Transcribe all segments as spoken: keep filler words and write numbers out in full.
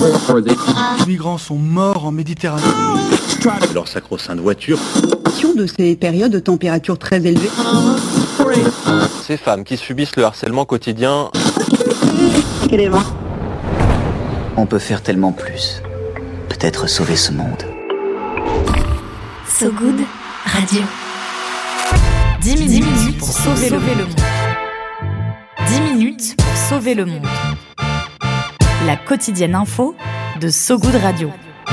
Les migrants sont morts en Méditerranée. Leur sacro-sainte voiture. De ces périodes de température très élevées. Ces femmes qui subissent le harcèlement quotidien. On peut faire tellement plus. Peut-être sauver ce monde. So Good Radio. dix minutes pour sauver le monde. dix minutes pour sauver le monde. La quotidienne info de So Good Radio.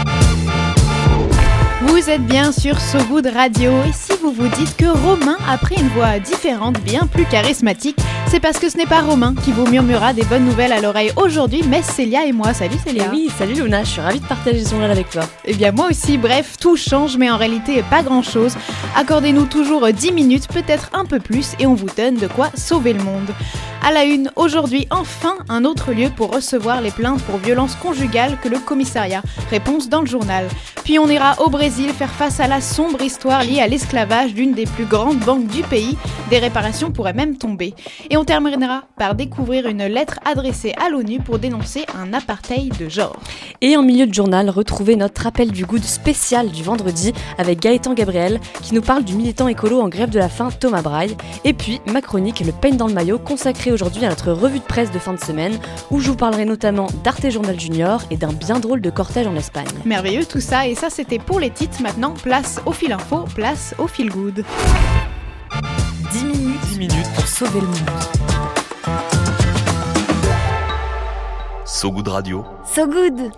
Vous êtes bien sur So Good Radio et si vous vous dites que Romain a pris une voix différente, bien plus charismatique, c'est parce que ce n'est pas Romain qui vous murmurera des bonnes nouvelles à l'oreille aujourd'hui, mais Célia et moi. Salut Célia. Et oui, salut Luna, je suis ravie de partager ce journal avec toi. Eh bien moi aussi, bref, tout change mais en réalité pas grand chose. Accordez-nous toujours dix minutes, peut-être un peu plus et on vous donne de quoi sauver le monde. À la une, aujourd'hui, enfin un autre lieu pour recevoir les plaintes pour violences conjugales que le commissariat. Réponse dans le journal. Puis on ira au Brésil faire face à la sombre histoire liée à l'esclavage d'une des plus grandes banques du pays. Des réparations pourraient même tomber. Et on terminera par découvrir une lettre adressée à l'ONU pour dénoncer un apartheid de genre. Et en milieu de journal, retrouvez notre rappel du good spécial du vendredi avec Gaëtan Gabriel qui nous parle du militant écolo en grève de la faim Thomas Braille. Et puis ma chronique Le peigne dans le maillot consacrée aujourd'hui à notre revue de presse de fin de semaine où je vous parlerai notamment d'Arte Journal Junior et d'un bien drôle de cortège en Espagne. Merveilleux tout ça, et ça c'était pour les titres. Maintenant, place au fil info, place au fil good. dix minutes, dix minutes pour sauver le monde. So Good Radio. So Good.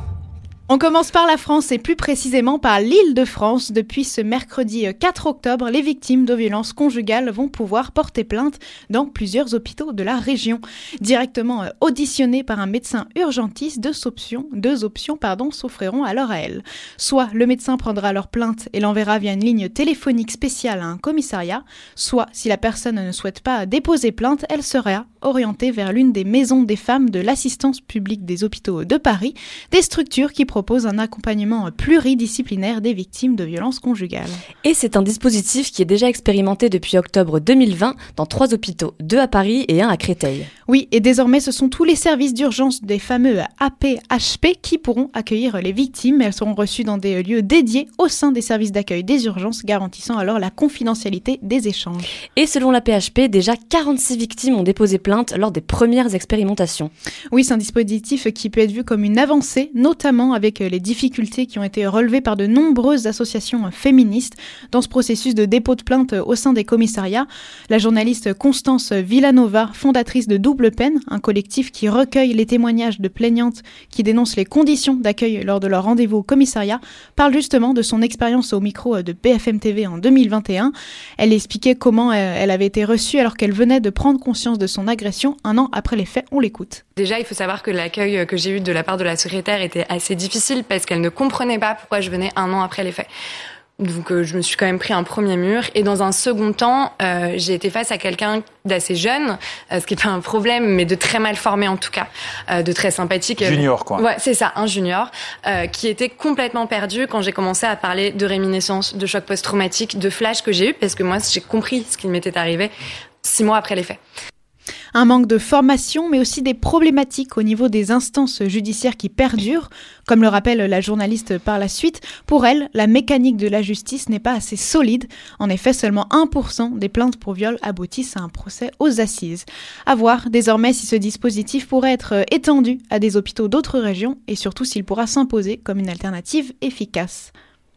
On commence par la France et plus précisément par l'Île-de-France. Depuis ce mercredi quatre octobre, les victimes de violences conjugales vont pouvoir porter plainte dans plusieurs hôpitaux de la région. Directement auditionnés par un médecin urgentiste, deux options, deux options pardon, s'offriront alors à elles. Soit le médecin prendra leur plainte et l'enverra via une ligne téléphonique spéciale à un commissariat, soit si la personne ne souhaite pas déposer plainte, elle sera orientée vers l'une des maisons des femmes de l'assistance publique des hôpitaux de Paris, des structures qui proposent propose un accompagnement pluridisciplinaire des victimes de violences conjugales. Et c'est un dispositif qui est déjà expérimenté depuis octobre deux mille vingt dans trois hôpitaux, deux à Paris et un à Créteil. Oui, et désormais ce sont tous les services d'urgence des fameux A P H P qui pourront accueillir les victimes. Elles seront reçues dans des lieux dédiés au sein des services d'accueil des urgences, garantissant alors la confidentialité des échanges. Et selon l'A P H P, déjà quarante-six victimes ont déposé plainte lors des premières expérimentations. Oui, c'est un dispositif qui peut être vu comme une avancée, notamment avec les difficultés qui ont été relevées par de nombreuses associations féministes dans ce processus de dépôt de plainte au sein des commissariats. La journaliste Constance Villanova, fondatrice de Double Peine, un collectif qui recueille les témoignages de plaignantes qui dénoncent les conditions d'accueil lors de leur rendez-vous au commissariat, parle justement de son expérience au micro de B F M T V en deux mille vingt et un. Elle expliquait comment elle avait été reçue alors qu'elle venait de prendre conscience de son agression un an après les faits. On l'écoute. Déjà, il faut savoir que l'accueil que j'ai eu de la part de la secrétaire était assez difficile parce qu'elle ne comprenait pas pourquoi je venais un an après les faits. Donc euh, je me suis quand même pris un premier mur. Et dans un second temps, euh, j'ai été face à quelqu'un d'assez jeune, euh, ce qui n'est pas un problème, mais de très mal formé en tout cas, euh, de très sympathique. Junior quoi. Ouais, c'est ça, un junior, euh, qui était complètement perdu quand j'ai commencé à parler de réminiscence, de choc post-traumatique, de flash que j'ai eu, parce que moi j'ai compris ce qui m'était arrivé six mois après les faits. Un manque de formation, mais aussi des problématiques au niveau des instances judiciaires qui perdurent. Comme le rappelle la journaliste par la suite, pour elle, la mécanique de la justice n'est pas assez solide. En effet, seulement un pour cent des plaintes pour viol aboutissent à un procès aux assises. À voir désormais si ce dispositif pourrait être étendu à des hôpitaux d'autres régions et surtout s'il pourra s'imposer comme une alternative efficace.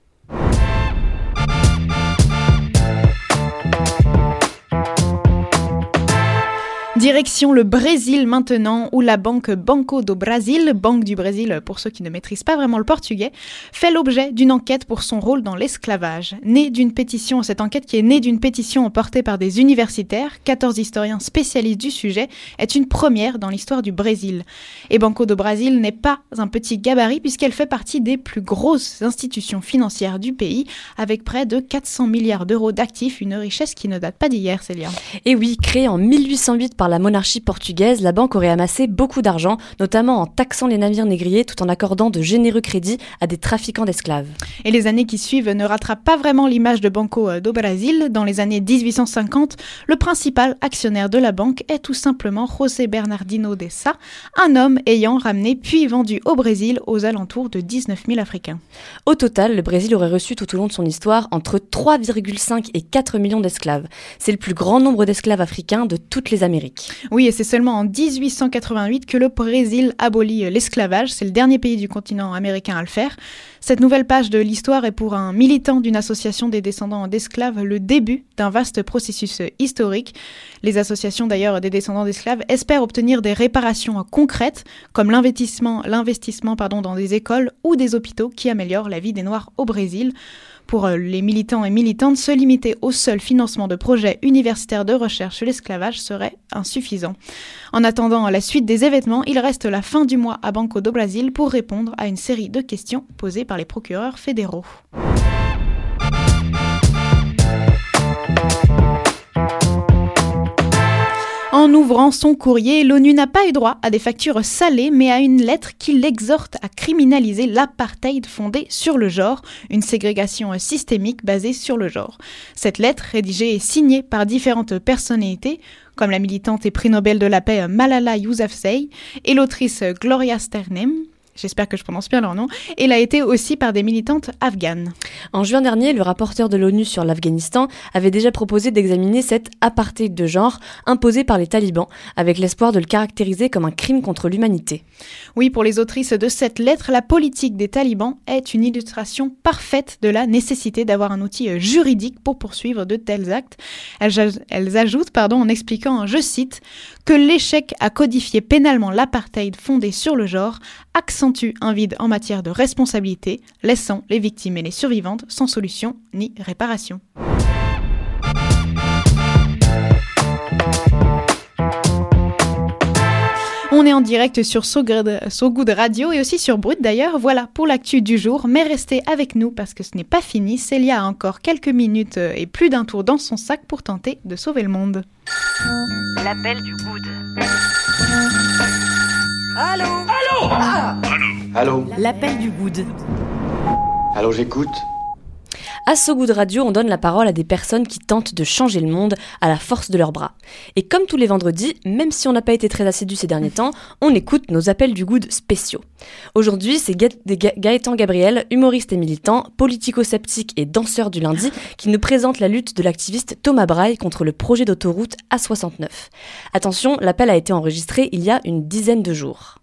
Direction le Brésil maintenant, où la banque Banco do Brasil, banque du Brésil pour ceux qui ne maîtrisent pas vraiment le portugais, fait l'objet d'une enquête pour son rôle dans l'esclavage. Née d'une pétition, cette enquête qui est née d'une pétition portée par des universitaires, quatorze historiens spécialistes du sujet, est une première dans l'histoire du Brésil. Et Banco do Brasil n'est pas un petit gabarit puisqu'elle fait partie des plus grosses institutions financières du pays, avec près de quatre cents milliards d'euros d'actifs, une richesse qui ne date pas d'hier, Célia. Et oui, créée en mille huit cent huit par la la monarchie portugaise, la banque aurait amassé beaucoup d'argent, notamment en taxant les navires négriers tout en accordant de généreux crédits à des trafiquants d'esclaves. Et les années qui suivent ne rattrapent pas vraiment l'image de Banco do Brasil. Dans les années dix-huit cent cinquante, le principal actionnaire de la banque est tout simplement José Bernardino de Sá, un homme ayant ramené puis vendu au Brésil aux alentours de dix-neuf mille Africains. Au total, le Brésil aurait reçu tout au long de son histoire entre trois virgule cinq et quatre millions d'esclaves. C'est le plus grand nombre d'esclaves africains de toutes les Amériques. Oui, et c'est seulement en dix-huit cent quatre-vingt-huit que le Brésil abolit l'esclavage. C'est le dernier pays du continent américain à le faire. Cette nouvelle page de l'histoire est pour un militant d'une association des descendants d'esclaves le début d'un vaste processus historique. Les associations d'ailleurs des descendants d'esclaves espèrent obtenir des réparations concrètes, comme l'investissement, l'investissement pardon, dans des écoles ou des hôpitaux qui améliorent la vie des Noirs au Brésil. Pour les militants et militantes, se limiter au seul financement de projets universitaires de recherche sur l'esclavage serait insuffisant. En attendant la suite des événements, il reste la fin du mois à Banco do Brasil pour répondre à une série de questions posées par les procureurs fédéraux. En ouvrant son courrier, l'ONU n'a pas eu droit à des factures salées, mais à une lettre qui l'exhorte à criminaliser l'apartheid fondé sur le genre, une ségrégation systémique basée sur le genre. Cette lettre, rédigée et signée par différentes personnalités, comme la militante et prix Nobel de la paix Malala Yousafzai et l'autrice Gloria Steinem, j'espère que je prononce bien leur nom, et l'a été aussi par des militantes afghanes. En juin dernier, le rapporteur de l'ONU sur l'Afghanistan avait déjà proposé d'examiner cet apartheid de genre imposé par les talibans, avec l'espoir de le caractériser comme un crime contre l'humanité. Oui, pour les autrices de cette lettre, la politique des talibans est une illustration parfaite de la nécessité d'avoir un outil juridique pour poursuivre de tels actes. Elles, elles ajoutent, pardon, en expliquant, je cite, que l'échec à codifier pénalement l'apartheid fondé sur le genre accentue un vide en matière de responsabilité, laissant les victimes et les survivantes sans solution ni réparation. On est en direct sur So Good Radio et aussi sur Brut d'ailleurs. Voilà pour l'actu du jour, mais restez avec nous parce que ce n'est pas fini. Célia a encore quelques minutes et plus d'un tour dans son sac pour tenter de sauver le monde. L'appel du Good. Allô Allô ah Allô L'appel du Good. Allô, j'écoute. À So Good Radio, on donne la parole à des personnes qui tentent de changer le monde à la force de leurs bras. Et comme tous les vendredis, même si on n'a pas été très assidus ces derniers temps, on écoute nos appels du Good spéciaux. Aujourd'hui, c'est Ga- Ga- Gaëtan Gabriel, humoriste et militant, politico-sceptique et danseur du lundi, qui nous présente la lutte de l'activiste Thomas Braille contre le projet d'autoroute A soixante-neuf. Attention, l'appel a été enregistré il y a une dizaine de jours.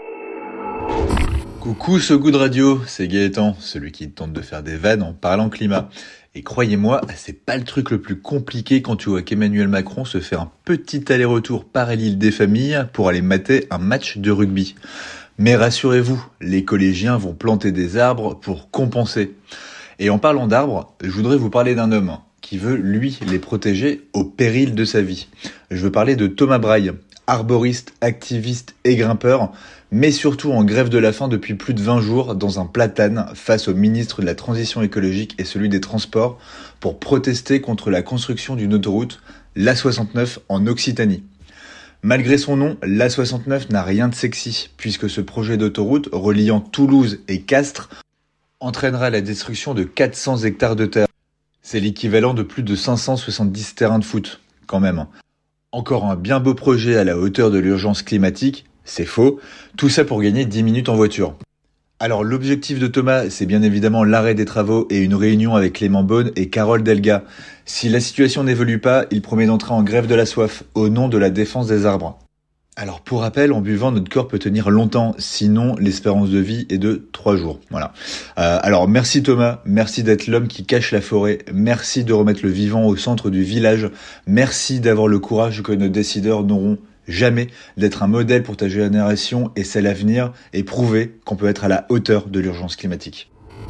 Coucou So Good Radio, c'est Gaëtan, celui qui tente de faire des vannes en parlant climat. Et croyez-moi, c'est pas le truc le plus compliqué quand tu vois qu'Emmanuel Macron se fait un petit aller-retour par l'île des familles pour aller mater un match de rugby. Mais rassurez-vous, les collégiens vont planter des arbres pour compenser. Et en parlant d'arbres, je voudrais vous parler d'un homme qui veut, lui, les protéger au péril de sa vie. Je veux parler de Thomas Braille, arboriste, activiste et grimpeur, mais surtout en grève de la faim depuis plus de vingt jours dans un platane face au ministre de la Transition écologique et celui des Transports pour protester contre la construction d'une autoroute, l'A soixante-neuf en Occitanie. Malgré son nom, l'A soixante-neuf n'a rien de sexy, puisque ce projet d'autoroute reliant Toulouse et Castres entraînera la destruction de quatre cents hectares de terre. C'est l'équivalent de plus de cinq cent soixante-dix terrains de foot, quand même. Encore un bien beau projet à la hauteur de l'urgence climatique, c'est faux, tout ça pour gagner dix minutes en voiture. Alors l'objectif de Thomas, c'est bien évidemment l'arrêt des travaux et une réunion avec Clément Beaune et Carole Delga. Si la situation n'évolue pas, il promet d'entrer en grève de la soif, au nom de la défense des arbres. Alors pour rappel, en buvant, notre corps peut tenir longtemps, sinon l'espérance de vie est de trois jours. Voilà. Euh, alors merci Thomas, merci d'être l'homme qui cache la forêt, merci de remettre le vivant au centre du village, merci d'avoir le courage que nos décideurs n'auront jamais, d'être un modèle pour ta génération et celle à venir, et prouver qu'on peut être à la hauteur de l'urgence climatique.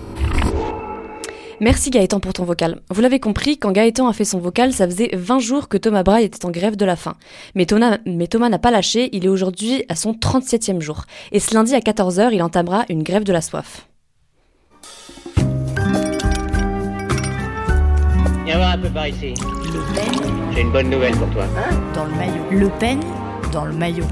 Merci Gaëtan pour ton vocal. Vous l'avez compris, quand Gaëtan a fait son vocal, ça faisait vingt jours que Thomas Braille était en grève de la faim. Mais Thomas, mais Thomas n'a pas lâché, il est aujourd'hui à son trente-septième jour. Et ce lundi à quatorze heures, il entamera une grève de la soif. Viens voir un peu par ici. Le Ben J'ai une bonne nouvelle pour toi. Hein? Dans le maillot. Le peigne dans le maillot.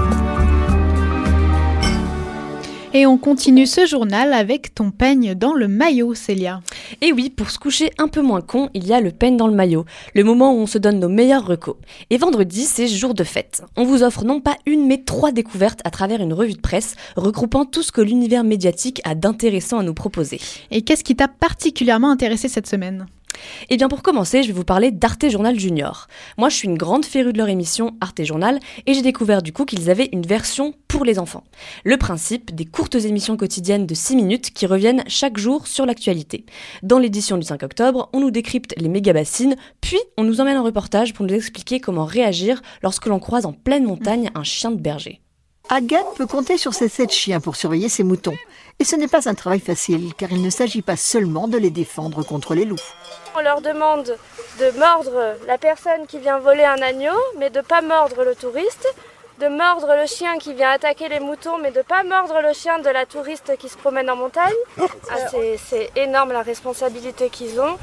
Et on continue ce journal avec ton peigne dans le maillot, Célia. Et oui, pour se coucher un peu moins con, il y a le peigne dans le maillot, le moment où on se donne nos meilleurs recos. Et vendredi, c'est jour de fête. On vous offre non pas une, mais trois découvertes à travers une revue de presse, regroupant tout ce que l'univers médiatique a d'intéressant à nous proposer. Et qu'est-ce qui t'a particulièrement intéressé cette semaine ? Eh bien pour commencer, je vais vous parler d'Arte Journal Junior. Moi je suis une grande férue de leur émission Arte Journal et j'ai découvert du coup qu'ils avaient une version pour les enfants. Le principe, des courtes émissions quotidiennes de six minutes qui reviennent chaque jour sur l'actualité. Dans l'édition du cinq octobre, on nous décrypte les méga-bassines, puis on nous emmène en reportage pour nous expliquer comment réagir lorsque l'on croise en pleine montagne un chien de berger. Agathe peut compter sur ses sept chiens pour surveiller ses moutons. Et ce n'est pas un travail facile, car il ne s'agit pas seulement de les défendre contre les loups. On leur demande de mordre la personne qui vient voler un agneau, mais de ne pas mordre le touriste, de mordre le chien qui vient attaquer les moutons, mais de ne pas mordre le chien de la touriste qui se promène en montagne. Ah, c'est, c'est énorme la responsabilité qu'ils ont.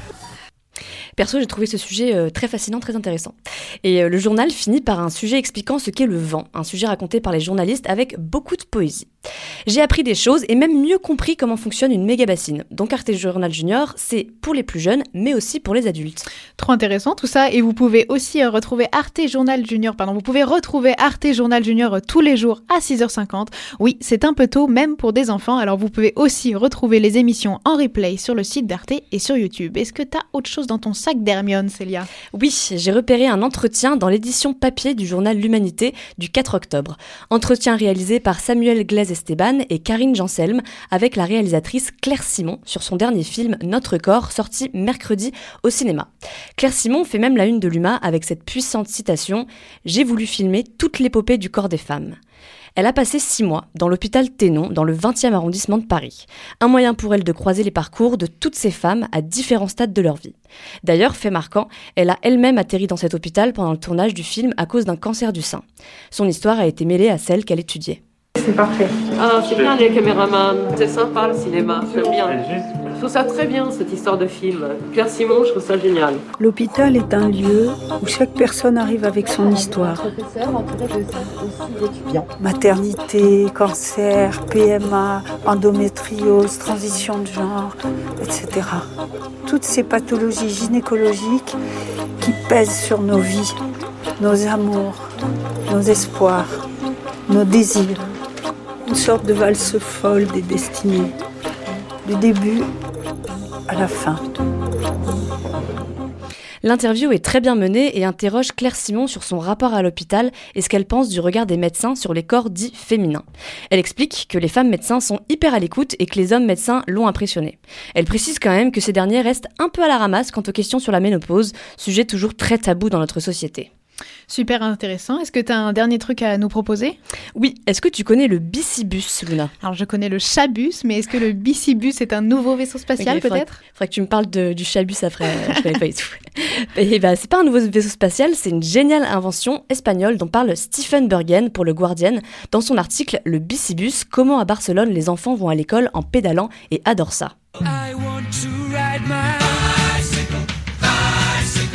Perso, j'ai trouvé ce sujet euh, très fascinant, très intéressant. Et euh, le journal finit par un sujet expliquant ce qu'est le vent, un sujet raconté par les journalistes avec beaucoup de poésie. J'ai appris des choses et même mieux compris comment fonctionne une méga-bassine. Donc Arte Journal Junior, c'est pour les plus jeunes, mais aussi pour les adultes. Trop intéressant tout ça, et vous pouvez aussi euh, retrouver Arte Journal Junior, pardon, vous pouvez retrouver Arte Journal Junior euh, tous les jours à six heures cinquante. Oui, c'est un peu tôt, même pour des enfants, alors vous pouvez aussi retrouver les émissions en replay sur le site d'Arte et sur YouTube. Est-ce que t'as autre chose dans ton sac d'Hermione, Célia ? Oui, j'ai repéré un entretien dans l'édition papier du journal L'Humanité du quatre octobre. Entretien réalisé par Samuel Glaise-Esteban et Karine Janselme avec la réalisatrice Claire Simon sur son dernier film Notre corps, sorti mercredi au cinéma. Claire Simon fait même la une de l'Huma avec cette puissante citation « J'ai voulu filmer toute l'épopée du corps des femmes ». Elle a passé six mois dans l'hôpital Thénon, dans le vingtième arrondissement de Paris. Un moyen pour elle de croiser les parcours de toutes ces femmes à différents stades de leur vie. D'ailleurs, fait marquant, elle a elle-même atterri dans cet hôpital pendant le tournage du film à cause d'un cancer du sein. Son histoire a été mêlée à celle qu'elle étudiait. C'est parfait. Ah, c'est bien les caméramans, c'est sympa le cinéma, j'aime bien. Je trouve ça très bien cette histoire de film. Claire Simon, je trouve ça génial. L'hôpital est un lieu où chaque personne arrive avec son histoire. Maternité, cancer, P M A, endométriose, transition de genre, et cetera. Toutes ces pathologies gynécologiques qui pèsent sur nos vies, nos amours, nos espoirs, nos désirs. Une sorte de valse folle des destinées, du début à la fin. L'interview est très bien menée et interroge Claire Simon sur son rapport à l'hôpital et ce qu'elle pense du regard des médecins sur les corps dits féminins. Elle explique que les femmes médecins sont hyper à l'écoute et que les hommes médecins l'ont impressionnée. Elle précise quand même que ces derniers restent un peu à la ramasse quant aux questions sur la ménopause, sujet toujours très tabou dans notre société. Super intéressant. Est-ce que tu as un dernier truc à nous proposer ? Oui. Est-ce que tu connais le Bicibus, Luna ? Alors, je connais le Chabus, mais est-ce que le Bicibus est un nouveau vaisseau spatial, okay, peut-être ? Il faudrait que tu me parles de, du Chabus après. Je connais pas du tout. Et bah, c'est pas un nouveau vaisseau spatial, c'est une géniale invention espagnole dont parle Stephen Bergen pour le Guardian dans son article « Le Bicibus, comment à Barcelone les enfants vont à l'école en pédalant et adorent ça ». I want to ride my bicycle, bicycle.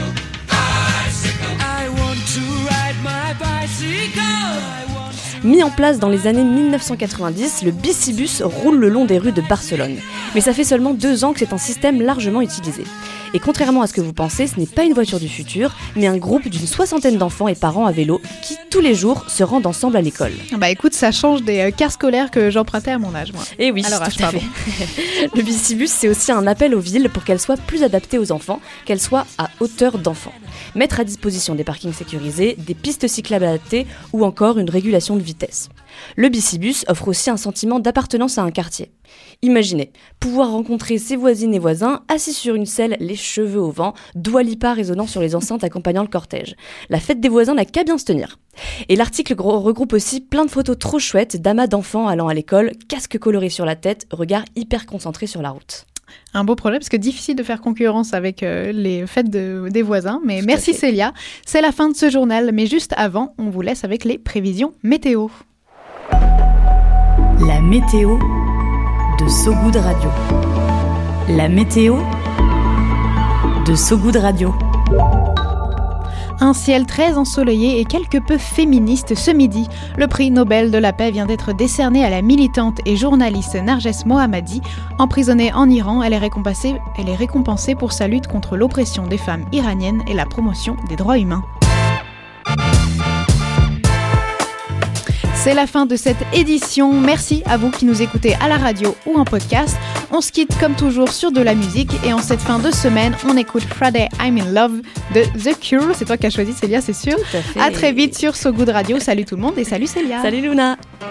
Mis en place dans les années mille neuf cent quatre-vingt-dix, le Bicibus roule le long des rues de Barcelone. Mais ça fait seulement deux ans que c'est un système largement utilisé. Et contrairement à ce que vous pensez, ce n'est pas une voiture du futur, mais un groupe d'une soixantaine d'enfants et parents à vélo qui, tous les jours, se rendent ensemble à l'école. Bah écoute, ça change des euh, cars scolaires que j'empruntais à mon âge, moi. Et oui, Alors, tout à fait. Le Bicibus, c'est aussi un appel aux villes pour qu'elles soient plus adaptées aux enfants, qu'elles soient à hauteur d'enfants. Mettre à disposition des parkings sécurisés, des pistes cyclables adaptées ou encore une régulation de vitesse. Le Bicibus offre aussi un sentiment d'appartenance à un quartier. Imaginez, pouvoir rencontrer ses voisines et voisins assis sur une selle, les cheveux au vent, Dua Lipa résonnant sur les enceintes accompagnant le cortège. La fête des voisins n'a qu'à bien se tenir. Et l'article regroupe aussi plein de photos trop chouettes d'amas d'enfants allant à l'école, casque coloré sur la tête, regard hyper concentré sur la route. Un beau projet, parce que difficile de faire concurrence avec euh, les fêtes de, des voisins. Mais Tout merci Célia. C'est la fin de ce journal, mais juste avant, on vous laisse avec les prévisions météo. La météo de So Good Radio. La météo de So Good Radio. Un ciel très ensoleillé et quelque peu féministe ce midi. Le prix Nobel de la paix vient d'être décerné à la militante et journaliste Narges Mohammadi. Emprisonnée en Iran, elle est récompensée, elle est récompensée pour sa lutte contre l'oppression des femmes iraniennes et la promotion des droits humains. C'est la fin de cette édition. Merci à vous qui nous écoutez à la radio ou en podcast. On se quitte comme toujours sur de la musique et en cette fin de semaine, on écoute Friday I'm in Love de The Cure. C'est toi qui as choisi, Célia, c'est sûr. Tout à fait. À très vite sur So Good Radio. Salut tout le monde et salut Célia. Salut Luna.